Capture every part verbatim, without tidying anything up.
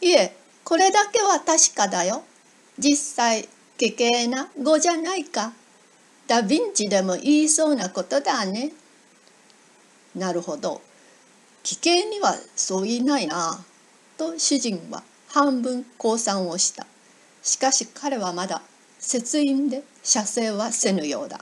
いえ、これだけは確かだよ。実際、奇怪な語じゃないか。ダ・ヴィンチでも言いそうなことだね。なるほど。奇怪にはそう言いないな。と主人は半分降参をした。しかし彼はまだ節印で写生はせぬようだ。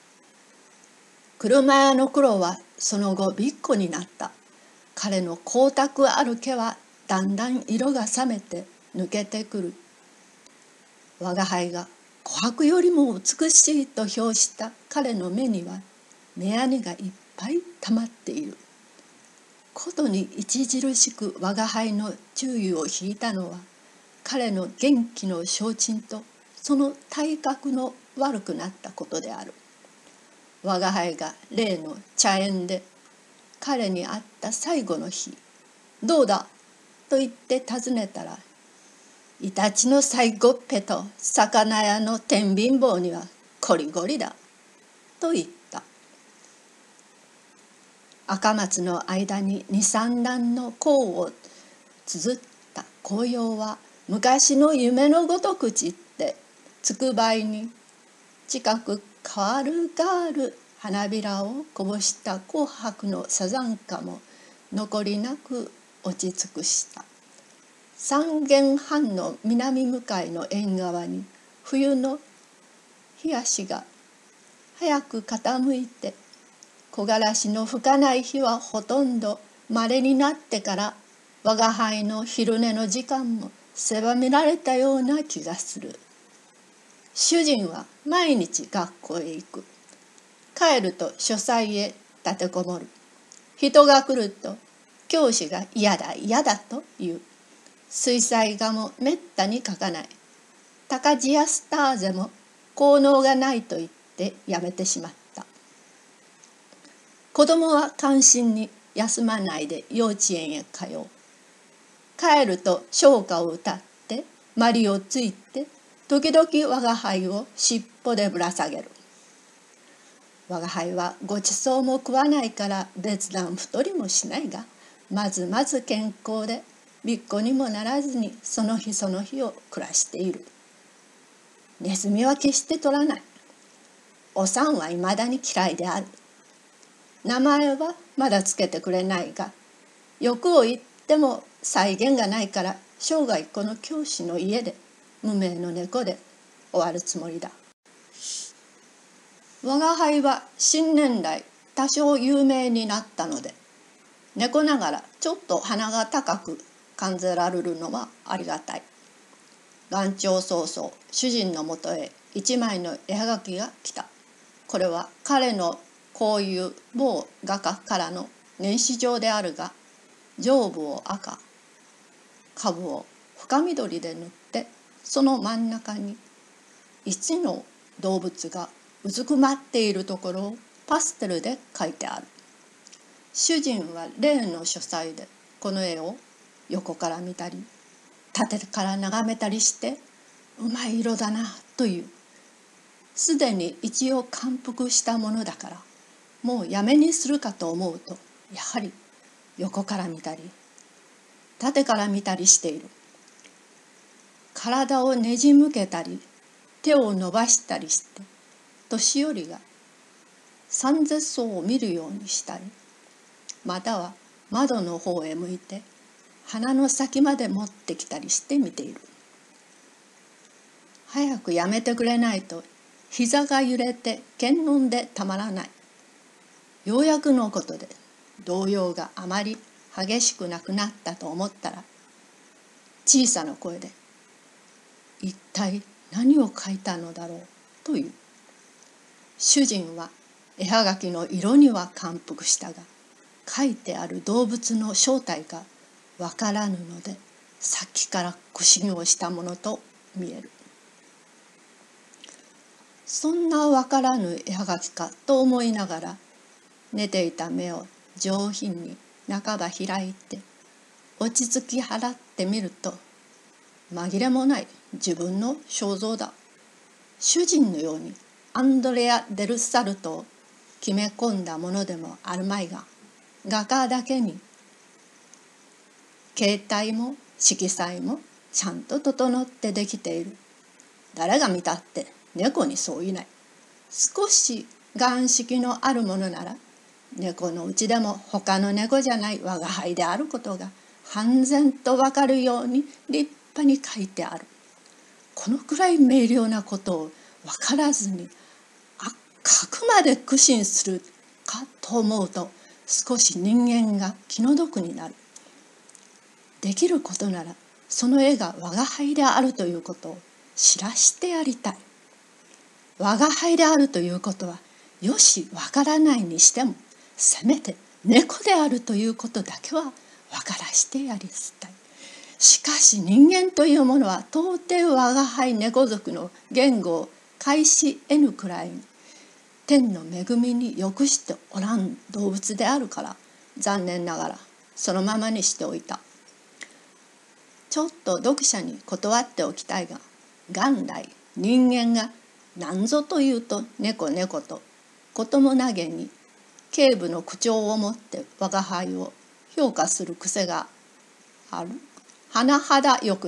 車屋の黒はその後びっこになった。彼の光沢ある毛はだんだん色が冷めて抜けてくる。我が輩が琥珀よりも美しいと評した彼の目には目やにがいっぱいたまっている。ことに著しく我が輩の注意を引いたのは彼の元気の消沈とその体格の悪くなったことである。我が輩が例の茶園で彼に会った最後の日、どうだと言って尋ねたら、イタチの最後っぺと魚屋の天秤棒にはコリゴリだと言った。赤松の間に二三段の甲を綴った紅葉は昔の夢のごとく散ってつくばいに近く軽々花びらをこぼした紅白のサザンカも残りなく落ち尽くした。三軒半の南向かいの縁側に冬の日足が早く傾いて木枯らしの吹かない日はほとんどまれになってから我が輩の昼寝の時間も狭められたような気がする。主人は毎日学校へ行く。帰ると書斎へ立てこもる。人が来ると教師が嫌だ嫌だと言う。水彩画もめったに描かない。高ジアスターゼも効能がないと言ってやめてしまった。子供は関心に休まないで幼稚園へ通う。帰ると唱歌を歌ってまりをついて時々我が輩を尻尾でぶら下げる。我が輩はごちそうも食わないから別段太りもしないが、まずまず健康でびっこにもならずにその日その日を暮らしている。ネズミは決して取らない。お産はいまだに嫌いである。名前はまだつけてくれないが、欲を言っても際限がないから生涯この教師の家で無名の猫で終わるつもりだ。我が輩は新年来多少有名になったので、猫ながらちょっと鼻が高く感じられるのはありがたい。元朝早々、主人のもとへ一枚の絵はがきが来た。これは彼のこういう某画家からの年始状であるが、上部を赤、下部を深緑で塗って、その真ん中に一の動物がうずくまっているところをパステルで描いてある。主人は例の書斎でこの絵を横から見たり縦から眺めたりして「うまい色だな」という。すでに一応感服したものだからもうやめにするかと思うと、やはり横から見たり縦から見たりしている。体をねじ向けたり手を伸ばしたりして年寄りが三絶草を見るようにしたり、または窓の方へ向いて鼻の先まで持ってきたりして見ている。早くやめてくれないと膝が揺れて検温でたまらない。ようやくのことで動揺があまり激しくなくなったと思ったら、小さな声で「一体何を書いたのだろう」という。主人は絵はがきの色には感服したが、書いてある動物の正体がわからぬので、さっきから苦心をしたものと見える。そんなわからぬ絵はがきかと思いながら、寝ていた目を上品に半ば開いて落ち着き払ってみると、紛れもない自分の肖像だ。主人のようにアンドレア・デル・サルトを決め込んだものでもあるまいが、画家だけに形態も色彩もちゃんと整ってできている。誰が見たって猫にそういない。少し眼色のあるものなら、猫のうちでも他の猫じゃない我が輩であることが半然とわかるように立派に書いてある。このくらい明瞭なことを分からずに、あ、書くまで苦心するかと思うと、少し人間が気の毒になる。できることならその絵が我が輩であるということを知らしてやりたい。我が輩であるということはよしわからないにしても、せめて猫であるということだけはわからしてやりたい。しかし人間というものは到底我が輩猫族の言語を介し得ぬくらいに天の恵みによくしておらん動物であるから、残念ながらそのままにしておいた。ちょっと読者に断っておきたいが、元来人間が何ぞというと猫猫とこともなげに軽侮の口調をもって我が輩を評価する癖がある。甚だよく